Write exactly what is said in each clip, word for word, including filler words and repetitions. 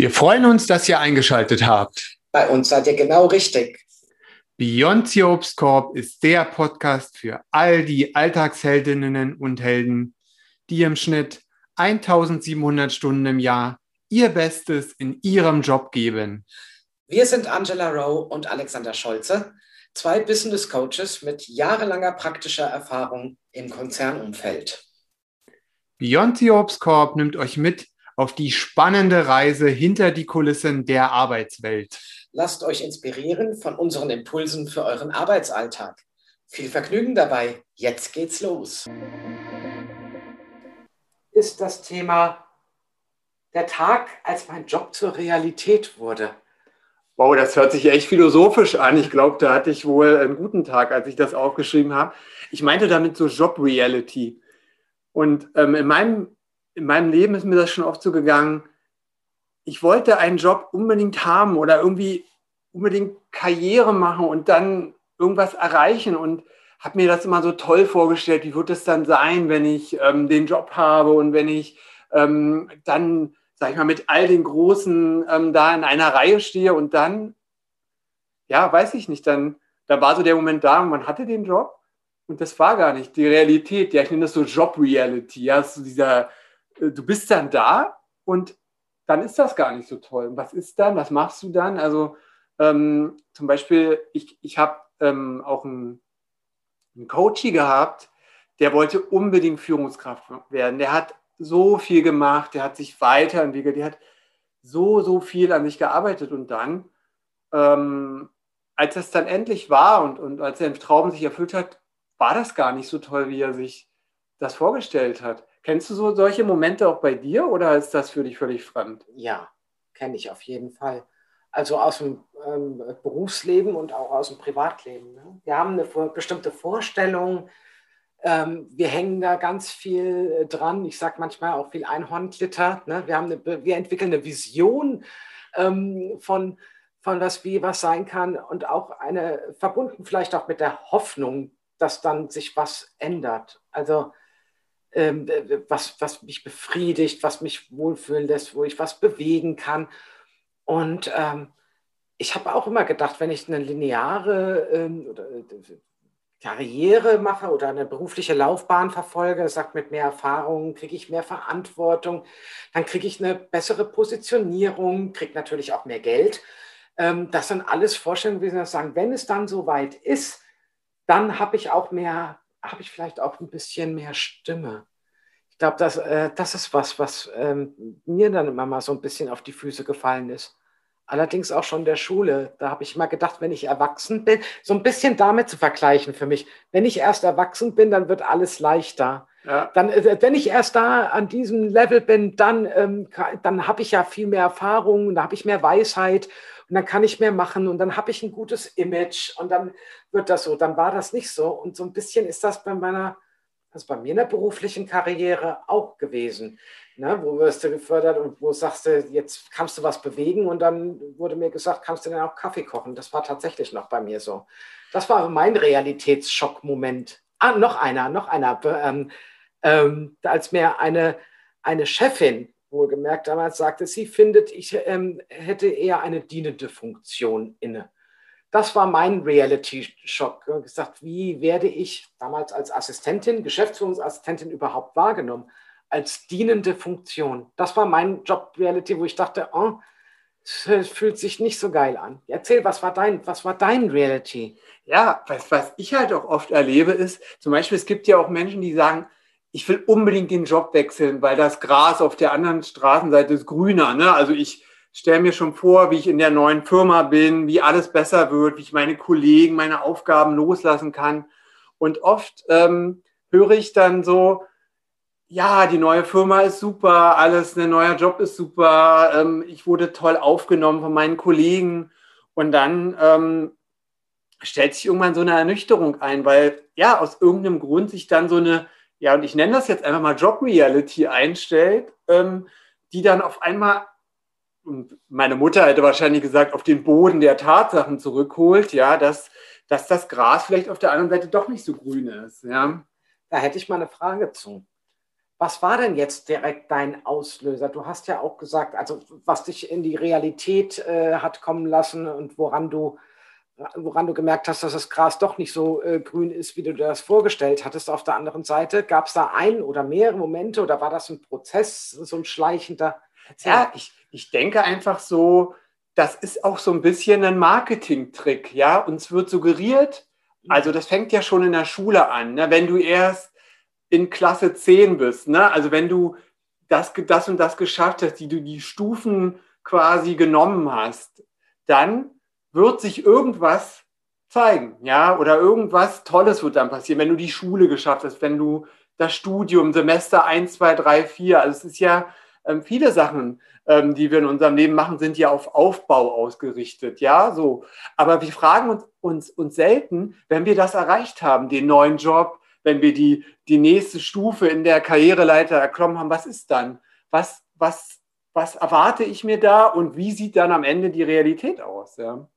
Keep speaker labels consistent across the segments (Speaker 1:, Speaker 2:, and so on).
Speaker 1: Wir freuen uns, dass ihr eingeschaltet habt.
Speaker 2: Bei uns seid ihr genau richtig.
Speaker 1: Beyond the Obstkorb ist der Podcast für all die Alltagsheldinnen und Helden, die im Schnitt eintausendsiebenhundert Stunden im Jahr ihr Bestes in ihrem Job geben.
Speaker 2: Wir sind Angela Rowe und Alexander Scholze, zwei Business Coaches mit jahrelanger praktischer Erfahrung im Konzernumfeld.
Speaker 1: Beyond the Obstkorb nimmt euch mit auf die spannende Reise hinter die Kulissen der Arbeitswelt.
Speaker 2: Lasst euch inspirieren von unseren Impulsen für euren Arbeitsalltag. Viel Vergnügen dabei. Jetzt geht's los. Ist das Thema der Tag, als mein Job zur Realität wurde.
Speaker 1: Wow, das hört sich echt philosophisch an. Ich glaube, da hatte ich wohl einen guten Tag, als ich das aufgeschrieben habe. Ich meinte damit so Job-Reality. Und ähm, in meinem In meinem Leben ist mir das schon oft so gegangen, ich wollte einen Job unbedingt haben oder irgendwie unbedingt Karriere machen und dann irgendwas erreichen und habe mir das immer so toll vorgestellt, wie wird es dann sein, wenn ich ähm, den Job habe und wenn ich ähm, dann, sag ich mal, mit all den Großen ähm, da in einer Reihe stehe und dann, ja, weiß ich nicht, dann da war so der Moment da und man hatte den Job und das war gar nicht die Realität, ja, ich nenne das so Job-Reality, ja, so dieser du bist dann da und dann ist das gar nicht so toll. Was ist dann? Was machst du dann? Also ähm, zum Beispiel, ich, ich habe ähm, auch einen, einen Coachie gehabt, der wollte unbedingt Führungskraft werden. Der hat so viel gemacht, der hat sich weiterentwickelt, der hat so, so viel an sich gearbeitet. Und dann, ähm, als es dann endlich war und, und als der Traum sich erfüllt hat, war das gar nicht so toll, wie er sich das vorgestellt hat. Kennst du so solche Momente auch bei dir oder ist das für dich völlig fremd?
Speaker 2: Ja, kenne ich auf jeden Fall. Also aus dem ähm, Berufsleben und auch aus dem Privatleben. Ne? Wir haben eine bestimmte Vorstellung, ähm, wir hängen da ganz viel äh, dran. Ich sage manchmal auch viel Einhornglitter. Ne? Wir, haben eine, wir entwickeln eine Vision ähm, von, von was wie was sein kann und auch eine, verbunden vielleicht auch mit der Hoffnung, dass dann sich was ändert. Also Was, was mich befriedigt, was mich wohlfühlen lässt, wo ich was bewegen kann. Und ähm, ich habe auch immer gedacht, wenn ich eine lineare ähm, oder, äh, Karriere mache oder eine berufliche Laufbahn verfolge, sagt mit mehr Erfahrung, kriege ich mehr Verantwortung, dann kriege ich eine bessere Positionierung, kriege natürlich auch mehr Geld. Ähm, das sind alles Vorstellungen, wie Sie sagen, wenn es dann soweit ist, dann habe ich auch mehr habe ich vielleicht auch ein bisschen mehr Stimme. Ich glaube, das, äh, das ist was, was ähm, mir dann immer mal so ein bisschen auf die Füße gefallen ist. Allerdings auch schon in der Schule. Da habe ich mal gedacht, wenn ich erwachsen bin, so ein bisschen damit zu vergleichen für mich. Wenn ich erst erwachsen bin, dann wird alles leichter. Ja. Dann, äh, wenn ich erst da an diesem Level bin, dann, ähm, dann habe ich ja viel mehr Erfahrung, dann habe ich mehr Weisheit. Und dann kann ich mehr machen und dann habe ich ein gutes Image und dann wird das so. Dann war das nicht so. Und so ein bisschen ist das bei meiner, also bei mir in der beruflichen Karriere auch gewesen. Ne? Wo wirst du gefördert und wo sagst du, jetzt kannst du was bewegen und dann wurde mir gesagt, kannst du denn auch Kaffee kochen? Das war tatsächlich noch bei mir so. Das war mein Realitätsschock-Moment. Ah, noch einer, noch einer. Ähm, ähm, als mir eine, eine Chefin wohlgemerkt damals sagte, sie findet, ich ähm, hätte eher eine dienende Funktion inne. Das war mein Reality-Schock. Gesagt, wie werde ich damals als Assistentin, Geschäftsführungsassistentin überhaupt wahrgenommen? Als dienende Funktion. Das war mein Job-Reality, wo ich dachte, oh, es fühlt sich nicht so geil an. Erzähl, was war dein, was war dein Reality?
Speaker 1: Ja, was, was ich halt auch oft erlebe ist, zum Beispiel, es gibt ja auch Menschen, die sagen, ich will unbedingt den Job wechseln, weil das Gras auf der anderen Straßenseite ist grüner. Ne? Also ich stelle mir schon vor, wie ich in der neuen Firma bin, wie alles besser wird, wie ich meine Kollegen, meine Aufgaben loslassen kann. Und oft ähm, höre ich dann so, ja, die neue Firma ist super, alles, ein neuer Job ist super, ähm, ich wurde toll aufgenommen von meinen Kollegen. Und dann ähm, stellt sich irgendwann so eine Ernüchterung ein, weil ja, aus irgendeinem Grund sich dann so eine, ja, und ich nenne das jetzt einfach mal Job-Reality einstellt, ähm, die dann auf einmal, und meine Mutter hätte wahrscheinlich gesagt, auf den Boden der Tatsachen zurückholt, ja, dass, dass das Gras vielleicht auf der anderen Seite doch nicht so grün ist. Ja.
Speaker 2: Da hätte ich mal eine Frage zu. Was war denn jetzt direkt dein Auslöser? Du hast ja auch gesagt, also was dich in die Realität äh, hat kommen lassen und woran du, woran du gemerkt hast, dass das Gras doch nicht so äh, grün ist, wie du dir das vorgestellt hattest. Auf der anderen Seite, gab es da ein oder mehrere Momente oder war das ein Prozess, so ein schleichender?
Speaker 1: Erzähl. Ja, ich, ich denke einfach so, das ist auch so ein bisschen ein Marketing-Trick, ja. Uns wird suggeriert, also das fängt ja schon in der Schule an, ne? Wenn du erst in Klasse zehn bist, ne? Also wenn du das, das und das geschafft hast, die du die Stufen quasi genommen hast, dann wird sich irgendwas zeigen, ja, oder irgendwas Tolles wird dann passieren, wenn du die Schule geschafft hast, wenn du das Studium, Semester eins, zwei, drei, vier, also es ist ja ähm, viele Sachen, ähm, die wir in unserem Leben machen, sind ja auf Aufbau ausgerichtet, ja, so. Aber wir fragen uns, uns, uns selten, wenn wir das erreicht haben, den neuen Job, wenn wir die, die nächste Stufe in der Karriereleiter erklommen haben, was ist dann? Was, was, was erwarte ich mir da und wie sieht dann am Ende die Realität aus? Ja?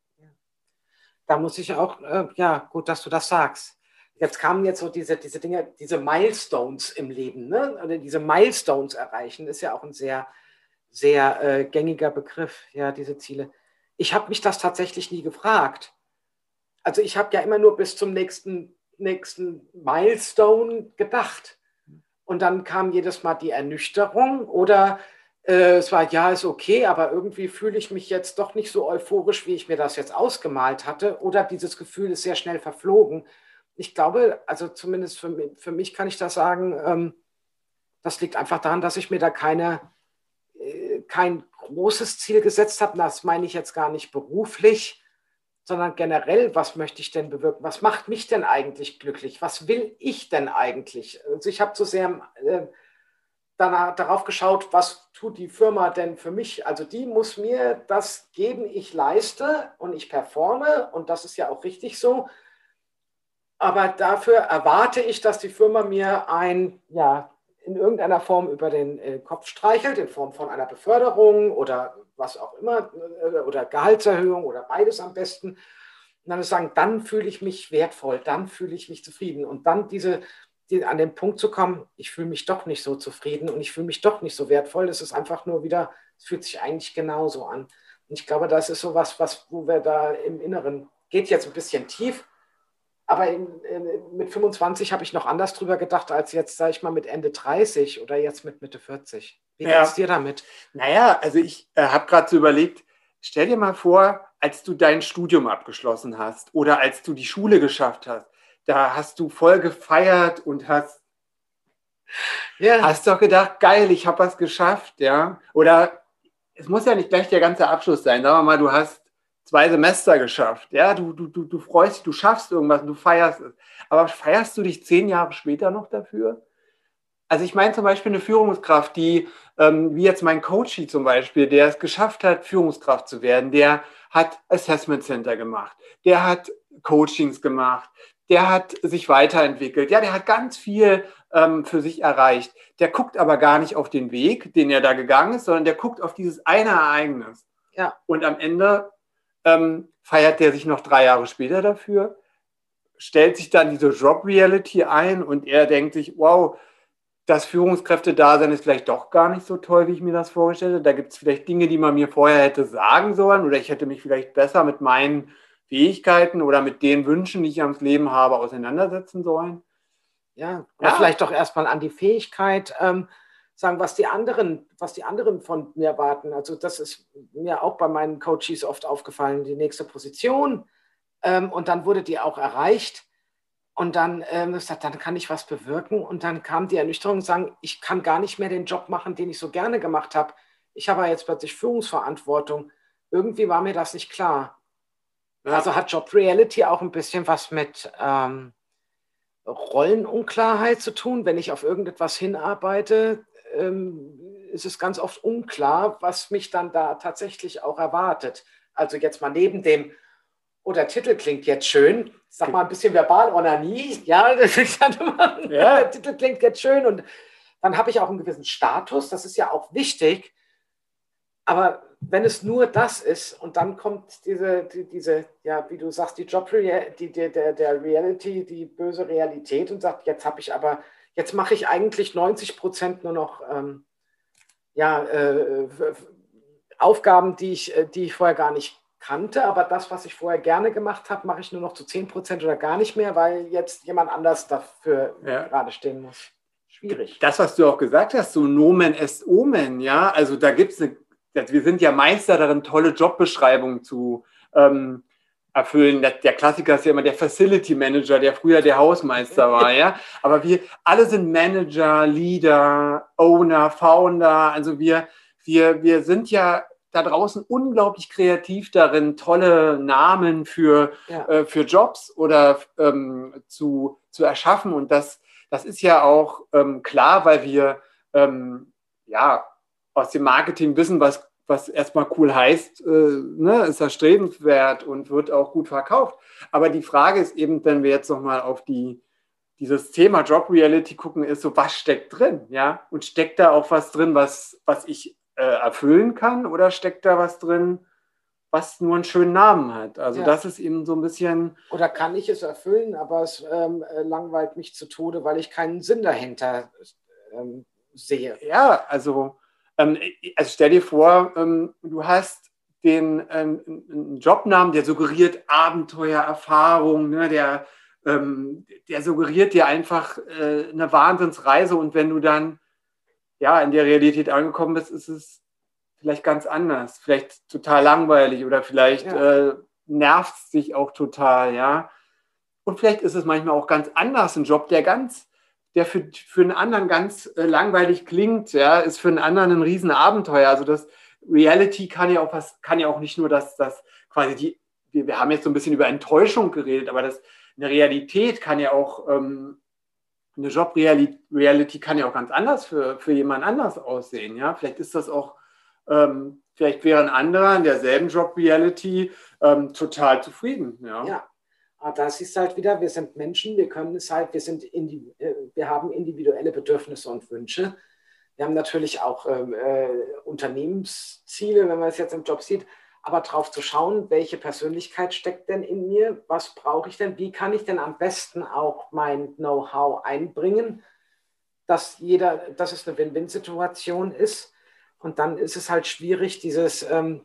Speaker 2: Da muss ich auch, äh, ja, gut, dass du das sagst. Jetzt kamen jetzt so diese, diese Dinge, diese Milestones im Leben, ne? Oder diese Milestones erreichen, ist ja auch ein sehr, sehr äh, gängiger Begriff, ja, diese Ziele. Ich habe mich das tatsächlich nie gefragt. Also ich habe ja immer nur bis zum nächsten nächsten Milestone gedacht. Und dann kam jedes Mal die Ernüchterung oder äh, es war, ja, ist okay, aber irgendwie fühle ich mich jetzt doch nicht so euphorisch, wie ich mir das jetzt ausgemalt hatte. Oder dieses Gefühl ist sehr schnell verflogen. Ich glaube, also zumindest für mich, für mich kann ich das sagen, ähm, das liegt einfach daran, dass ich mir da keine, äh, kein großes Ziel gesetzt habe. Das meine ich jetzt gar nicht beruflich, sondern generell, was möchte ich denn bewirken? Was macht mich denn eigentlich glücklich? Was will ich denn eigentlich? Also ich habe zu sehr äh, danach, darauf geschaut, was tut die Firma denn für mich? Also die muss mir das geben, ich leiste und ich performe und das ist ja auch richtig so. Aber dafür erwarte ich, dass die Firma mir ein, ja, in irgendeiner Form über den äh, Kopf streichelt, in Form von einer Beförderung oder was auch immer, äh, oder Gehaltserhöhung oder beides am besten. Und dann sagen, dann fühle ich mich wertvoll, dann fühle ich mich zufrieden. Und dann diese, die, an den Punkt zu kommen, ich fühle mich doch nicht so zufrieden und ich fühle mich doch nicht so wertvoll. Das ist einfach nur wieder, es fühlt sich eigentlich genauso an. Und ich glaube, das ist so was, was, wo wir da im Inneren, geht jetzt ein bisschen tief, aber in, in, mit fünfundzwanzig habe ich noch anders drüber gedacht, als jetzt, sage ich mal, mit Ende dreißig oder jetzt mit Mitte vierzig. Wie
Speaker 1: Ja.
Speaker 2: geht's dir damit?
Speaker 1: Naja, also ich äh, habe gerade so überlegt, stell dir mal vor, als du dein Studium abgeschlossen hast oder als du die Schule geschafft hast, da hast du voll gefeiert und hast,
Speaker 2: Ja.
Speaker 1: hast doch gedacht, geil, ich habe was geschafft, ja. Oder es muss ja nicht gleich der ganze Abschluss sein. Sagen wir mal, du hast zwei Semester geschafft. Ja, du, du, du, du freust dich, du schaffst irgendwas und du feierst es. Aber feierst du dich zehn Jahre später noch dafür? Also ich meine zum Beispiel eine Führungskraft, die, ähm, wie jetzt mein Coachie zum Beispiel, der es geschafft hat, Führungskraft zu werden, der hat Assessment Center gemacht, der hat Coachings gemacht, der hat sich weiterentwickelt, ja, der hat ganz viel ähm, für sich erreicht. Der guckt aber gar nicht auf den Weg, den er da gegangen ist, sondern der guckt auf dieses eine Ereignis.
Speaker 2: Ja.
Speaker 1: Und am Ende ähm, feiert der sich noch drei Jahre später dafür, stellt sich dann diese Job-Reality ein und er denkt sich, wow, das Führungskräfte-Dasein ist vielleicht doch gar nicht so toll, wie ich mir das vorgestellt habe. Da gibt es vielleicht Dinge, die man mir vorher hätte sagen sollen oder ich hätte mich vielleicht besser mit meinen Fähigkeiten oder mit den Wünschen, die ich ans Leben habe, auseinandersetzen sollen.
Speaker 2: Ja, oder ja. Vielleicht doch erstmal an die Fähigkeit ähm, sagen, was die anderen, was die anderen von mir erwarten. Also das ist mir auch bei meinen Coaches oft aufgefallen, die nächste Position ähm, und dann wurde die auch erreicht. Und dann, ähm, gesagt, dann kann ich was bewirken. Und dann kam die Ernüchterung, sagen, ich kann gar nicht mehr den Job machen, den ich so gerne gemacht habe. Ich habe ja jetzt plötzlich Führungsverantwortung. Irgendwie war mir das nicht klar. Ja. Also hat Job Reality auch ein bisschen was mit ähm, Rollenunklarheit zu tun. Wenn ich auf irgendetwas hinarbeite, ähm, ist es ganz oft unklar, was mich dann da tatsächlich auch erwartet. Also jetzt mal neben dem, oh, der Titel klingt jetzt schön. Sag mal ein bisschen Verbal-Onanie. Ja, das ist dann immer, ja, der Titel klingt jetzt schön und dann habe ich auch einen gewissen Status. Das ist ja auch wichtig. Aber wenn es nur das ist und dann kommt diese, die, diese ja, wie du sagst, die Job, die, die, der, der Reality, die böse Realität und sagt, jetzt habe ich aber, Jetzt mache ich eigentlich neunzig Prozent nur noch ähm, ja, äh, Aufgaben, die ich, die ich vorher gar nicht kannte, aber das, was ich vorher gerne gemacht habe, mache ich nur noch zu zehn Prozent oder gar nicht mehr, weil jetzt jemand anders dafür
Speaker 1: ja.
Speaker 2: gerade stehen muss. Schwierig.
Speaker 1: Das, was du auch gesagt hast, so Nomen est Omen, ja, also da gibt es eine, wir sind ja Meister darin, tolle Jobbeschreibungen zu ähm, erfüllen. Der Klassiker ist ja immer der Facility Manager, der früher der Hausmeister war, ja. Aber wir alle sind Manager, Leader, Owner, Founder. Also wir, wir, wir sind ja da draußen unglaublich kreativ darin, tolle Namen für, ja. äh, für Jobs oder ähm, zu, zu erschaffen. Und das, das ist ja auch ähm, klar, weil wir ähm, ja aus dem Marketing wissen, was was erstmal cool heißt, äh, ne, ist erstrebenswert und wird auch gut verkauft. Aber die Frage ist eben, wenn wir jetzt nochmal auf die, dieses Thema Job Reality gucken, ist so, was steckt drin? Ja? Und steckt da auch was drin, was, was ich äh, erfüllen kann? Oder steckt da was drin, was nur einen schönen Namen hat? Also ja. Das ist eben so ein bisschen...
Speaker 2: Oder kann ich es erfüllen, aber es ähm, langweilt mich zu Tode, weil ich keinen Sinn dahinter ähm, sehe.
Speaker 1: Ja, also... Also stell dir vor, du hast den einen Jobnamen, der suggeriert Abenteuer, Erfahrung, ne? der, der suggeriert dir einfach eine Wahnsinnsreise und wenn du dann ja, in der Realität angekommen bist, ist es vielleicht ganz anders, vielleicht total langweilig oder vielleicht ja. äh, nervt es dich auch total, ja. Und vielleicht ist es manchmal auch ganz anders, ein Job, der ganz der für, für einen anderen ganz äh, langweilig klingt, ja, ist für einen anderen ein Riesenabenteuer. Also das Reality kann ja auch was, kann ja auch nicht nur das, das quasi die, wir, wir haben jetzt so ein bisschen über Enttäuschung geredet, aber das, eine Realität kann ja auch, ähm, eine Job-Reality kann ja auch ganz anders für, für jemand anders aussehen, ja. Vielleicht ist das auch, ähm, vielleicht wäre ein anderer in derselben Job-Reality ähm, total zufrieden, ja.
Speaker 2: Ja. Aber da siehst du halt wieder, wir sind Menschen, wir können es halt, wir, sind wir haben individuelle Bedürfnisse und Wünsche. Wir haben natürlich auch äh, Unternehmensziele, wenn man es jetzt im Job sieht, aber drauf zu schauen, welche Persönlichkeit steckt denn in mir, was brauche ich denn, wie kann ich denn am besten auch mein Know-how einbringen, dass, jeder, dass es eine Win-Win-Situation ist. Und dann ist es halt schwierig, dieses... Ähm,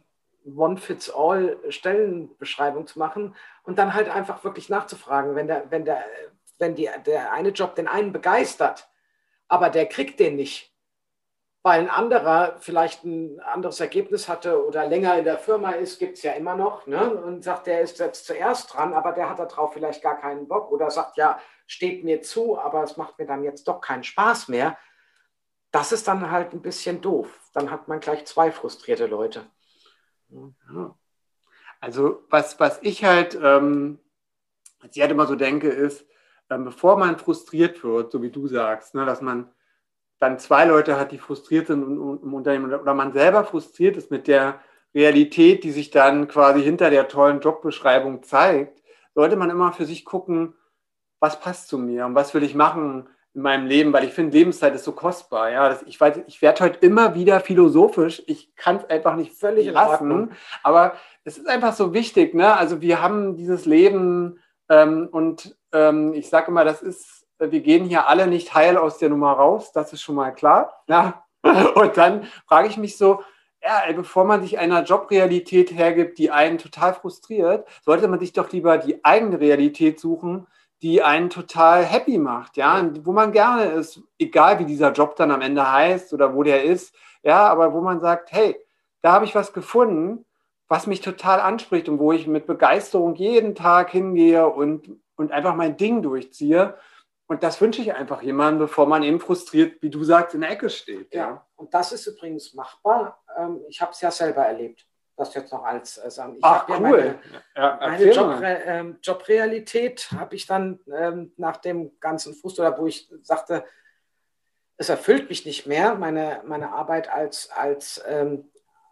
Speaker 2: One-Fits-All-Stellenbeschreibung zu machen und dann halt einfach wirklich nachzufragen, wenn, der, wenn, der, wenn die, der eine Job den einen begeistert, aber der kriegt den nicht, weil ein anderer vielleicht ein anderes Ergebnis hatte oder länger in der Firma ist, gibt es ja immer noch, ne? Und sagt, der ist jetzt zuerst dran, aber der hat darauf vielleicht gar keinen Bock oder sagt, ja, steht mir zu, aber es macht mir dann jetzt doch keinen Spaß mehr. Das ist dann halt ein bisschen doof. Dann hat man gleich zwei frustrierte Leute.
Speaker 1: Ja. Also was, was ich halt, ähm, was ich halt immer so denke, ist, ähm, bevor man frustriert wird, so wie du sagst, ne, dass man dann zwei Leute hat, die frustriert sind im, im Unternehmen oder man selber frustriert ist mit der Realität, die sich dann quasi hinter der tollen Jobbeschreibung zeigt, sollte man immer für sich gucken, was passt zu mir und was will ich machen in meinem Leben, weil ich finde, Lebenszeit ist so kostbar. Ja, das, ich ich werde heute immer wieder philosophisch. Ich kann es einfach nicht völlig lassen. Aber es ist einfach so wichtig. Ne? Also wir haben dieses Leben ähm, und ähm, ich sage immer, das ist, wir gehen hier alle nicht heil aus der Nummer raus. Das ist schon mal klar. Ja? Und dann frage ich mich so, ja, ey, bevor man sich einer Jobrealität hergibt, die einen total frustriert, sollte man sich doch lieber die eigene Realität suchen, die einen total happy macht, ja, wo man gerne ist, egal wie dieser Job dann am Ende heißt oder wo der ist, ja, aber wo man sagt, hey, da habe ich was gefunden, was mich total anspricht und wo ich mit Begeisterung jeden Tag hingehe und, und einfach mein Ding durchziehe. Und das wünsche ich einfach jemandem, bevor man eben frustriert, wie du sagst, in der Ecke steht.
Speaker 2: Ja, ja. Und das ist übrigens machbar. Ich habe es ja selber erlebt. Das jetzt noch als äh, sagen. Ich
Speaker 1: Ach,
Speaker 2: ja
Speaker 1: cool.
Speaker 2: Meine,
Speaker 1: ja,
Speaker 2: meine Jobre ähm, Jobrealität habe ich dann ähm, nach dem ganzen Frust oder wo ich sagte, es erfüllt mich nicht mehr, meine, meine Arbeit als, als ähm,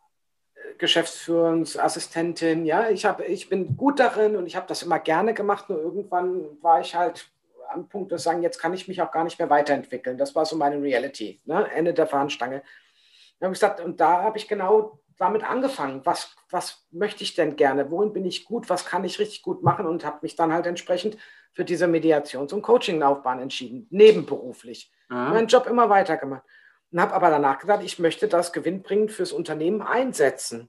Speaker 2: Geschäftsführungsassistentin. Ja, ich, hab, ich bin gut darin und ich habe das immer gerne gemacht, nur irgendwann war ich halt am Punkt, dass sagen, jetzt kann ich mich auch gar nicht mehr weiterentwickeln. Das war so meine Reality, ne? Ende der Fahnenstange. Da habe ich gesagt, und da habe ich genau damit angefangen, was, was möchte ich denn gerne, worin bin ich gut, was kann ich richtig gut machen und habe mich dann halt entsprechend für diese Mediations- und Coaching-Laufbahn entschieden, nebenberuflich.
Speaker 1: Ja.
Speaker 2: Meinen Job immer weitergemacht und habe aber danach gedacht, ich möchte das gewinnbringend fürs Unternehmen einsetzen.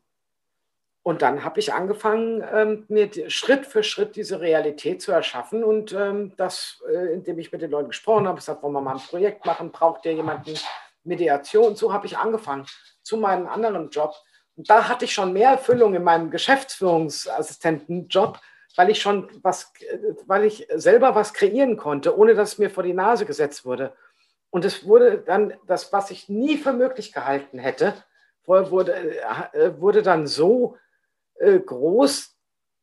Speaker 2: Und dann habe ich angefangen, ähm, mir Schritt für Schritt diese Realität zu erschaffen und ähm, das, äh, indem ich mit den Leuten gesprochen habe, gesagt, wollen wir mal ein Projekt machen, braucht ihr jemanden Mediation? So habe ich angefangen zu meinem anderen Job. Und da hatte ich schon mehr Erfüllung in meinem Geschäftsführungsassistentenjob, weil ich schon was, weil ich selber was kreieren konnte, ohne dass es mir vor die Nase gesetzt wurde. Und es wurde dann, das, was ich nie für möglich gehalten hätte, wurde, äh, wurde dann so äh, groß,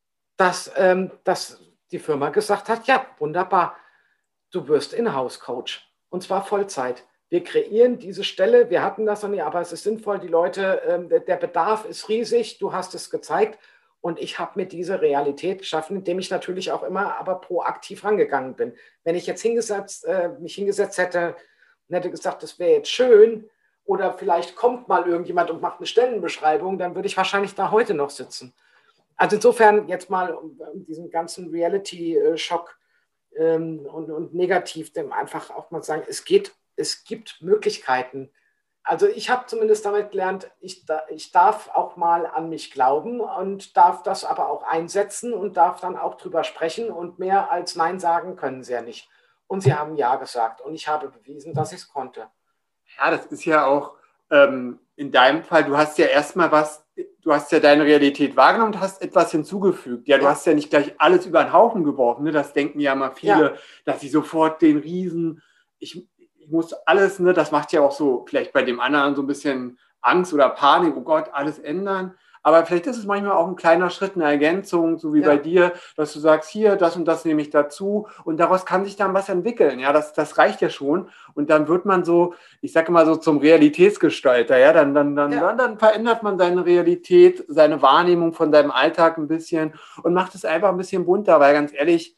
Speaker 2: dass, ähm, dass die Firma gesagt hat, ja, wunderbar, du wirst Inhouse-Coach und zwar Vollzeit. Wir kreieren diese Stelle, wir hatten das noch nie, aber es ist sinnvoll, die Leute, ähm, der Bedarf ist riesig, du hast es gezeigt und ich habe mir diese Realität geschaffen, indem ich natürlich auch immer aber proaktiv rangegangen bin. Wenn ich jetzt hingesetzt, äh, mich hingesetzt hätte und hätte gesagt, das wäre jetzt schön oder vielleicht kommt mal irgendjemand und macht eine Stellenbeschreibung, dann würde ich wahrscheinlich da heute noch sitzen. Also insofern jetzt mal um, um diesen ganzen Reality-Schock ähm, und, und negativ dem einfach auch mal sagen, es geht, es gibt Möglichkeiten. Also ich habe zumindest damit gelernt, ich, ich darf auch mal an mich glauben und darf das aber auch einsetzen und darf dann auch drüber sprechen und mehr als Nein sagen können sie ja nicht. Und sie haben Ja gesagt und ich habe bewiesen, dass ich es konnte.
Speaker 1: Ja, das ist ja auch ähm, in deinem Fall, du hast ja erstmal was, du hast ja deine Realität wahrgenommen und hast etwas hinzugefügt. Ja, du
Speaker 2: Ja.
Speaker 1: hast ja nicht gleich alles über den Haufen geworfen. Ne? Das denken ja mal viele,
Speaker 2: Ja.
Speaker 1: dass sie sofort den Riesen, ich, ich muss alles, ne? Das macht ja auch so vielleicht bei dem anderen so ein bisschen Angst oder Panik, oh Gott, alles ändern. Aber vielleicht ist es manchmal auch ein kleiner Schritt, eine Ergänzung, so wie
Speaker 2: Ja.
Speaker 1: bei dir, dass du sagst, hier, das und das nehme ich dazu und daraus kann sich dann was entwickeln. Ja, das, das reicht ja schon. Und dann wird man so, ich sage mal so zum Realitätsgestalter. Ja, dann, dann, dann,
Speaker 2: Ja.
Speaker 1: dann, dann verändert man seine Realität, seine Wahrnehmung von seinem Alltag ein bisschen und macht es einfach ein bisschen bunter, weil ganz ehrlich,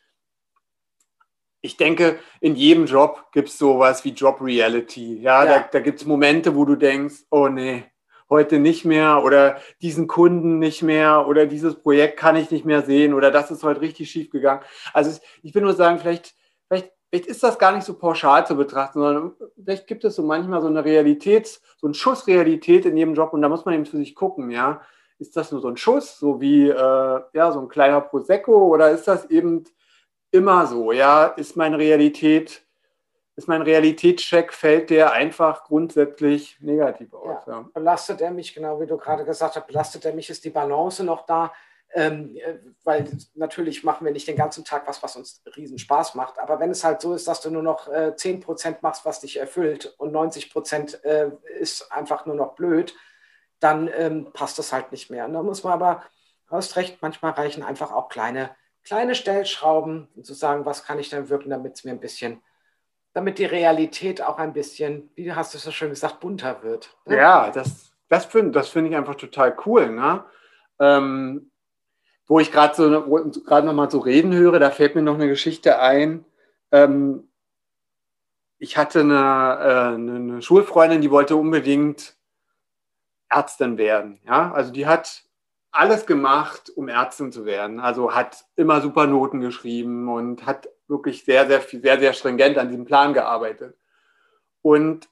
Speaker 1: ich denke, in jedem Job gibt es sowas wie Job Reality. Ja,
Speaker 2: Ja.
Speaker 1: da, da gibt es Momente, wo du denkst, oh nee, heute nicht mehr oder diesen Kunden nicht mehr oder dieses Projekt kann ich nicht mehr sehen oder das ist heute richtig schief gegangen. Also ich will nur sagen, vielleicht, vielleicht, vielleicht ist das gar nicht so pauschal zu betrachten, sondern vielleicht gibt es so manchmal so eine Realität, so einen Schuss Realität in jedem Job und da muss man eben für sich gucken, ja. Ist das nur so ein Schuss, so wie äh, ja, so ein kleiner Prosecco oder ist das eben immer so, ja, ist meine Realität, ist mein Realitätscheck, fällt der einfach grundsätzlich negativ aus.
Speaker 2: Ja.
Speaker 1: Ja.
Speaker 2: Belastet er mich, genau wie du gerade gesagt hast, belastet er mich, ist die Balance noch da, ähm, weil natürlich machen wir nicht den ganzen Tag was, was uns riesen Spaß macht, aber wenn es halt so ist, dass du nur noch äh, zehn Prozent machst, was dich erfüllt und neunzig Prozent äh, ist einfach nur noch blöd, dann ähm, passt das halt nicht mehr. Und da muss man aber, du hast recht, manchmal reichen einfach auch kleine, kleine Stellschrauben, um zu sagen, was kann ich denn wirken, damit es mir ein bisschen, damit die Realität auch ein bisschen, wie hast du es so schön gesagt, bunter wird. Ne?
Speaker 1: Ja, das, das finde das find ich einfach total cool. Ne? Ähm, wo ich gerade so, gerade noch mal so reden höre, da fällt mir noch eine Geschichte ein. Ähm, ich hatte eine, äh, eine Schulfreundin, die wollte unbedingt Ärztin werden. Ja? Also die hat alles gemacht, um Ärztin zu werden. Also hat immer super Noten geschrieben und hat wirklich sehr, sehr, sehr, sehr stringent an diesem Plan gearbeitet. Und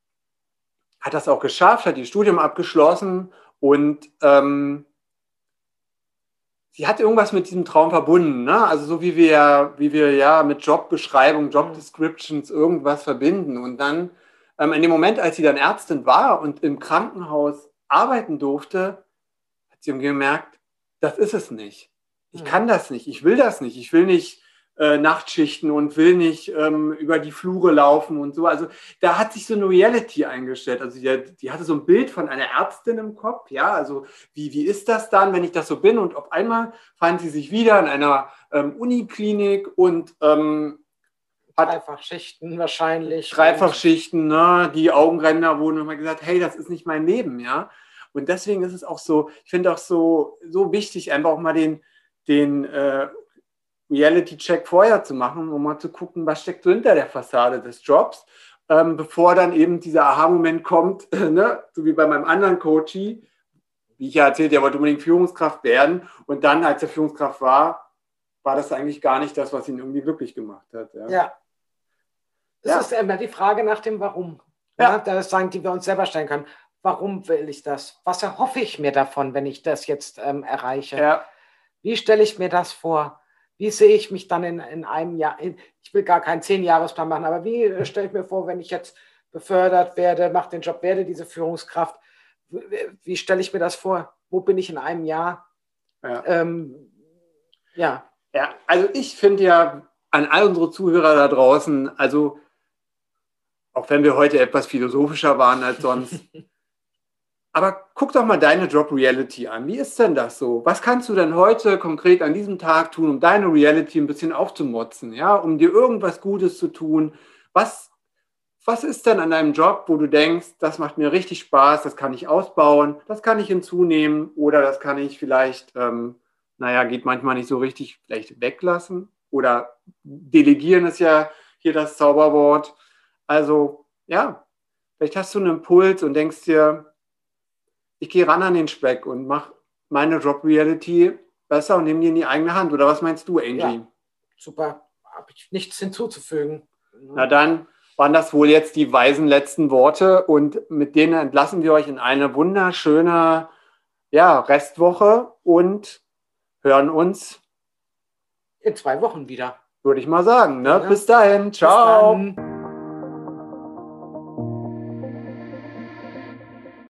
Speaker 1: hat das auch geschafft, hat ihr Studium abgeschlossen und ähm, sie hat irgendwas mit diesem Traum verbunden. Ne? Also so wie wir, wie wir ja mit Jobbeschreibung, Job Descriptions irgendwas verbinden. Und dann ähm, in dem Moment, als sie dann Ärztin war und im Krankenhaus arbeiten durfte, hat sie gemerkt, das ist es nicht. Ich kann das nicht, ich will das nicht, ich will nicht äh, Nachtschichten und will nicht ähm, über die Flure laufen und so. Also da hat sich so eine Reality eingestellt. Also die, die hatte so ein Bild von einer Ärztin im Kopf, ja, also wie, wie ist das dann, wenn ich das so bin? Und auf einmal fand sie sich wieder in einer ähm, Uniklinik und ähm, hat
Speaker 2: Dreifachschichten wahrscheinlich.
Speaker 1: Dreifachschichten, ne? Die Augenränder wurden immer gesagt, hey, das ist nicht mein Leben, ja. Und deswegen ist es auch so, ich finde auch so, so wichtig, einfach auch mal den, den äh, Reality-Check vorher zu machen, um mal zu gucken, was steckt so hinter der Fassade des Jobs, ähm, bevor dann eben dieser Aha-Moment kommt, ne? So wie bei meinem anderen Coachie, wie ich ja erzählt, er wollte unbedingt Führungskraft werden. Und dann, als er Führungskraft war, war das eigentlich gar nicht das, was ihn irgendwie glücklich gemacht hat. Ja.
Speaker 2: ja. Das
Speaker 1: Ja.
Speaker 2: ist immer die Frage nach dem Warum.
Speaker 1: Ja.
Speaker 2: Ja, das sagen, die wir uns selber stellen können. Warum will ich das? Was erhoffe ich mir davon, wenn ich das jetzt ähm, erreiche?
Speaker 1: Ja.
Speaker 2: Wie stelle ich mir das vor? Wie sehe ich mich dann in, in einem Jahr? In, ich will gar keinen Zehn-Jahres-Plan machen, aber wie äh, stelle ich mir vor, wenn ich jetzt befördert werde, mache den Job, werde diese Führungskraft? Wie, wie stelle ich mir das vor? Wo bin ich in einem Jahr?
Speaker 1: Ja.
Speaker 2: Ähm, ja.
Speaker 1: Ja, also ich finde ja an all unsere Zuhörer da draußen, also auch wenn wir heute etwas philosophischer waren als sonst, aber guck doch mal deine Job-Reality an. Wie ist denn das so? Was kannst du denn heute konkret an diesem Tag tun, um deine Reality ein bisschen aufzumotzen, ja, um dir irgendwas Gutes zu tun? Was, was ist denn an deinem Job, wo du denkst, das macht mir richtig Spaß, das kann ich ausbauen, das kann ich hinzunehmen oder das kann ich vielleicht, ähm, naja, geht manchmal nicht so richtig, vielleicht weglassen oder delegieren ist ja hier das Zauberwort. Also, ja, vielleicht hast du einen Impuls und denkst dir, ich gehe ran an den Speck und mache meine Job-Reality besser und nehme die in die eigene Hand. Oder was meinst du, Angie?
Speaker 2: Ja, super. Habe ich nichts hinzuzufügen.
Speaker 1: Na dann waren das wohl jetzt die weisen letzten Worte und mit denen entlassen wir euch in eine wunderschöne ja, Restwoche und hören uns
Speaker 2: in zwei Wochen wieder.
Speaker 1: würde ich mal sagen. Ne?
Speaker 2: Ja.
Speaker 1: Bis dahin. Ciao.
Speaker 2: Bis dann.